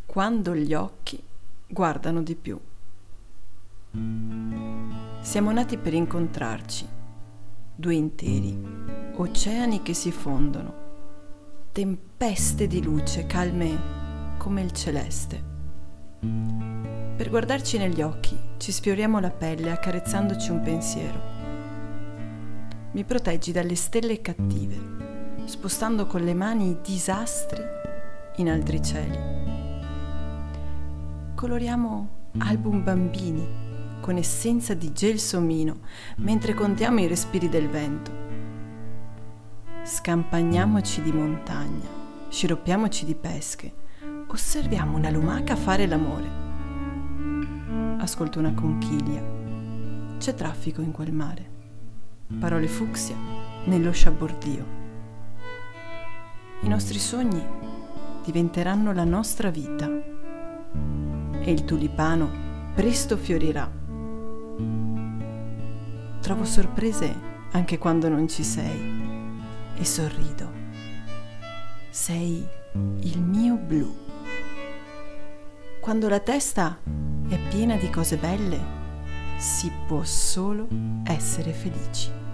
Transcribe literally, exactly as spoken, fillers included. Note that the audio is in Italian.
quando gli occhi guardano di più. Siamo nati per incontrarci, due interi, oceani che si fondono, tempeste di luce calme come il celeste. Per guardarci negli occhi ci sfioriamo la pelle accarezzandoci un pensiero. Mi proteggi dalle stelle cattive, spostando con le mani i disastri in altri cieli. Coloriamo album bambini con essenza di gelsomino mentre contiamo i respiri del vento. Scampagniamoci di montagna, sciroppiamoci di pesche, osserviamo una lumaca fare l'amore. Ascolto una conchiglia, c'è traffico in quel mare, parole fucsia nello sciabordio. I nostri sogni diventeranno la nostra vita e il tulipano presto fiorirà. Trovo sorprese anche quando non ci sei e sorrido. Sei il mio blu. Quando la testa è piena di cose belle, si può solo essere felici.